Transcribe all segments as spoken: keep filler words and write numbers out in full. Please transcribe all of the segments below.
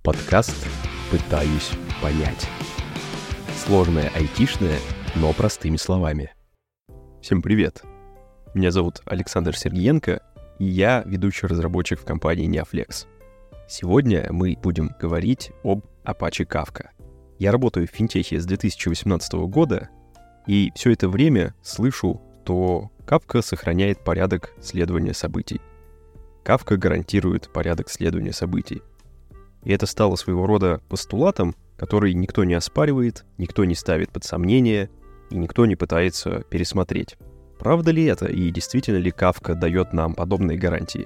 Подкаст «Пытаюсь понять». Сложное айтишное, но простыми словами. Всем привет! Меня зовут Александр Сергиенко, и я ведущий разработчик в компании Neoflex. Сегодня мы будем говорить об Apache Kafka. Я работаю в финтехе с две тысячи восемнадцатого года, и все это время слышу, что Kafka сохраняет порядок следования событий. Kafka гарантирует порядок следования событий. И это стало своего рода постулатом, который никто не оспаривает, никто не ставит под сомнение, и никто не пытается пересмотреть. Правда ли это, и действительно ли Kafka дает нам подобные гарантии?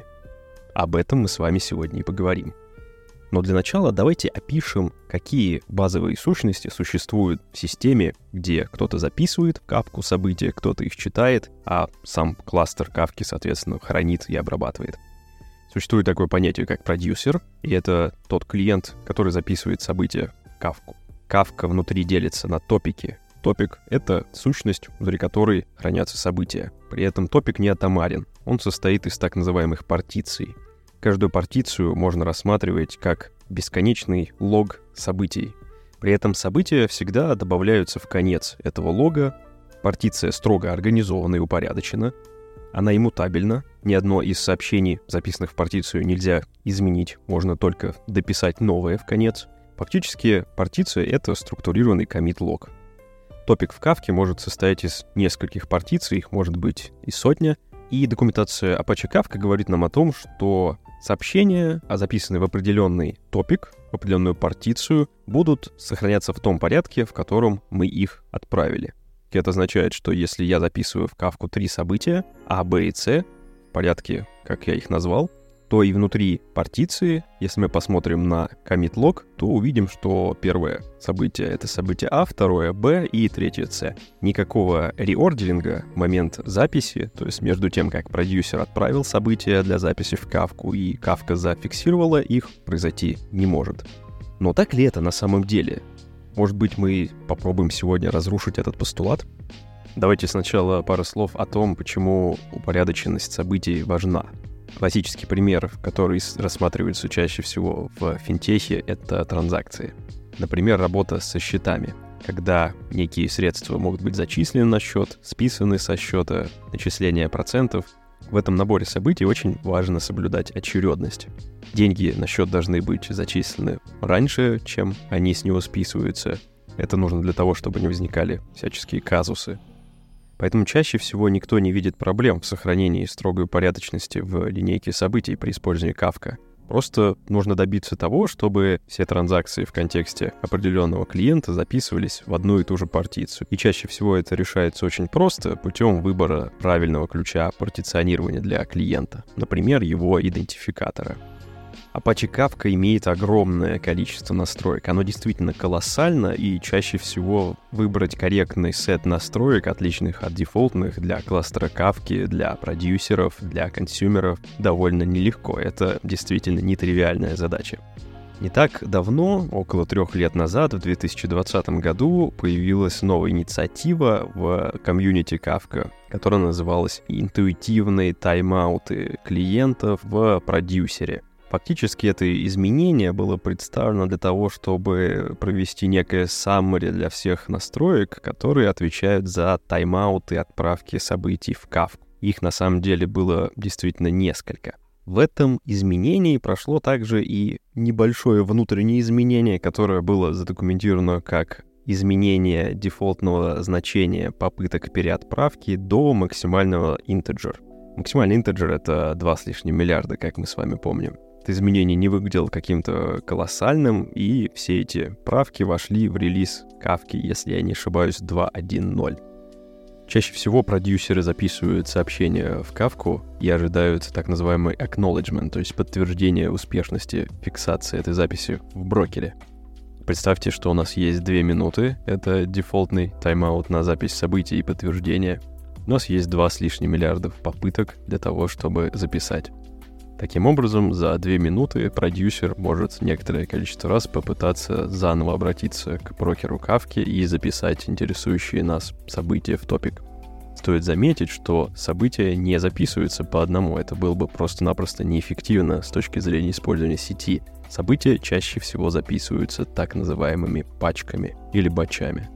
Об этом мы с вами сегодня и поговорим. Но для начала давайте опишем, какие базовые сущности существуют в системе, где кто-то записывает в Kafka события, кто-то их читает, а сам кластер Kafka, соответственно, хранит и обрабатывает. Существует такое понятие, как продюсер, и это тот клиент, который записывает события в Kafka. Kafka внутри делится на топики. Топик — это сущность, внутри которой хранятся события. При этом топик не атомарен, он состоит из так называемых партиций. Каждую партицию можно рассматривать как бесконечный лог событий. При этом события всегда добавляются в конец этого лога. Партиция строго организована и упорядочена. Она иммутабельна. Ни одно из сообщений, записанных в партицию, нельзя изменить. Можно только дописать новое в конец. Фактически, партиция — это структурированный коммит-лог. Топик в Kafka может состоять из нескольких партиций, их может быть и сотня. И документация Apache Kafka говорит нам о том, что сообщения, записанные в определенный топик, в определенную партицию, будут сохраняться в том порядке, в котором мы их отправили. Это означает, что если я записываю в Kafka три события, А, Б и С, в порядке, как я их назвал, то и внутри партиции, если мы посмотрим на commit-log, то увидим, что первое событие — это событие А, второе — Б и третье — С. Никакого реордеринга в момент записи, то есть между тем, как продюсер отправил события для записи в Kafka и Kafka зафиксировала их, произойти не может. Но так ли это на самом деле? Может быть, мы попробуем сегодня разрушить этот постулат? Давайте сначала пару слов о том, почему упорядоченность событий важна. Классический пример, который рассматривается чаще всего в финтехе, это транзакции. Например, работа со счетами, когда некие средства могут быть зачислены на счет, списаны со счета, начисление процентов. В этом наборе событий очень важно соблюдать очередность. Деньги на счет должны быть зачислены раньше, чем они с него списываются. Это нужно для того, чтобы не возникали всяческие казусы. Поэтому чаще всего никто не видит проблем в сохранении строгой упорядоченности в линейке событий при использовании Kafka. Просто нужно добиться того, чтобы все транзакции в контексте определенного клиента записывались в одну и ту же партицию. И чаще всего это решается очень просто путем выбора правильного ключа партиционирования для клиента, например, его идентификатора. Apache Kafka имеет огромное количество настроек. Оно действительно колоссально, и чаще всего выбрать корректный сет настроек, отличных от дефолтных, для кластера Kafka, для продюсеров, для консюмеров, довольно нелегко. Это действительно нетривиальная задача. Не так давно, около трех лет назад, в две тысячи двадцатом году, появилась новая инициатива в комьюнити Kafka, которая называлась «Интуитивные тайм-ауты клиентов в продюсере». Фактически это изменение было представлено для того, чтобы провести некое summary для всех настроек, которые отвечают за тайм-ауты отправки событий в Kafka. Их на самом деле было действительно несколько. В этом изменении прошло также и небольшое внутреннее изменение, которое было задокументировано как изменение дефолтного значения попыток переотправки до максимального integer. Максимальный integer — это два с лишним миллиарда, как мы с вами помним. Это изменение не выглядело каким-то колоссальным, и все эти правки вошли в релиз Kafka, если я не ошибаюсь, два точка один точка ноль. Чаще всего продюсеры записывают сообщения в Kafka и ожидают так называемый acknowledgement, то есть подтверждение успешности фиксации этой записи в брокере. Представьте, что у нас есть две минуты, это дефолтный тайм-аут на запись событий и подтверждение. У нас есть два с лишним миллиардов попыток для того, чтобы записать. Таким образом, за две минуты продюсер может некоторое количество раз попытаться заново обратиться к брокеру Kafka и записать интересующие нас события в топик. Стоит заметить, что события не записываются по одному. Это было бы просто-напросто неэффективно с точки зрения использования сети. События чаще всего записываются так называемыми пачками или батчами.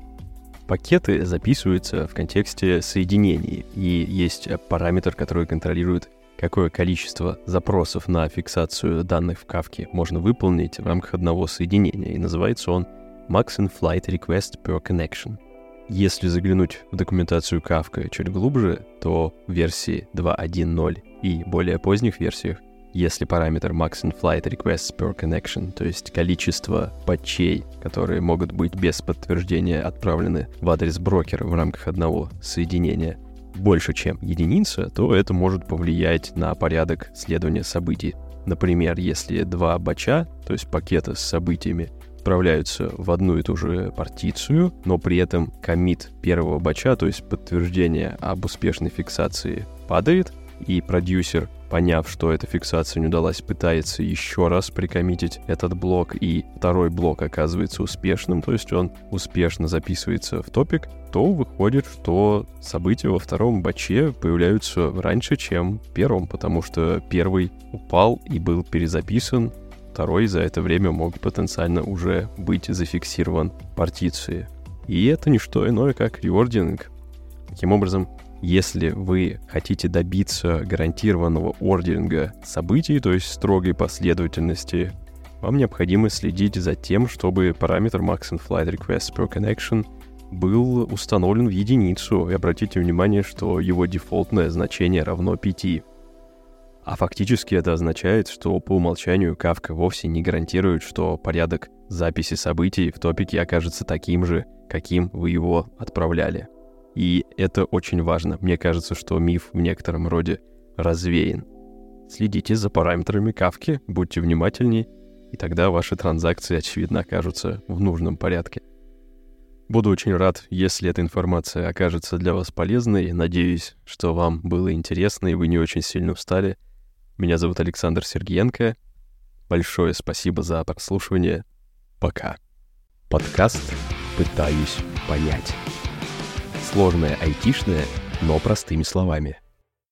Пакеты записываются в контексте соединений, и есть параметр, который контролирует, какое количество запросов на фиксацию данных в Kafka можно выполнить в рамках одного соединения, и называется он Max In-Flight Request Per Connection. Если заглянуть в документацию Kafka чуть глубже, то в версии два точка один точка ноль и более поздних версиях, если параметр Max In-Flight Requests Per Connection, то есть количество патчей, которые могут быть без подтверждения отправлены в адрес брокера в рамках одного соединения, больше, чем единица, то это может повлиять на порядок следования событий. Например, если два батча, то есть пакета с событиями, отправляются в одну и ту же партицию, но при этом коммит первого батча, то есть подтверждение об успешной фиксации, падает, и продюсер, поняв, что эта фиксация не удалась, пытается еще раз прикоммитить этот блок, и второй блок оказывается успешным, то есть он успешно записывается в топик, то выходит, что события во втором батче появляются раньше, чем в первом, потому что первый упал и был перезаписан, второй за это время мог потенциально уже быть зафиксирован в партиции. И это не что иное, как реординг. Таким образом, если вы хотите добиться гарантированного ордеринга событий, то есть строгой последовательности, вам необходимо следить за тем, чтобы параметр Max In-Flight Request Per Connection был установлен в единицу. И обратите внимание, что его дефолтное значение равно пяти. А фактически это означает, что по умолчанию Kafka вовсе не гарантирует, что порядок записи событий в топике окажется таким же, каким вы его отправляли. И это очень важно. Мне кажется, что миф в некотором роде развеян. Следите за параметрами Kafka, будьте внимательнее, и тогда ваши транзакции, очевидно, окажутся в нужном порядке. Буду очень рад, если эта информация окажется для вас полезной. Надеюсь, что вам было интересно и вы не очень сильно устали. Меня зовут Александр Сергиенко. Большое спасибо за прослушивание. Пока. Подкаст «Пытаюсь понять». Сложное айтишное, но простыми словами.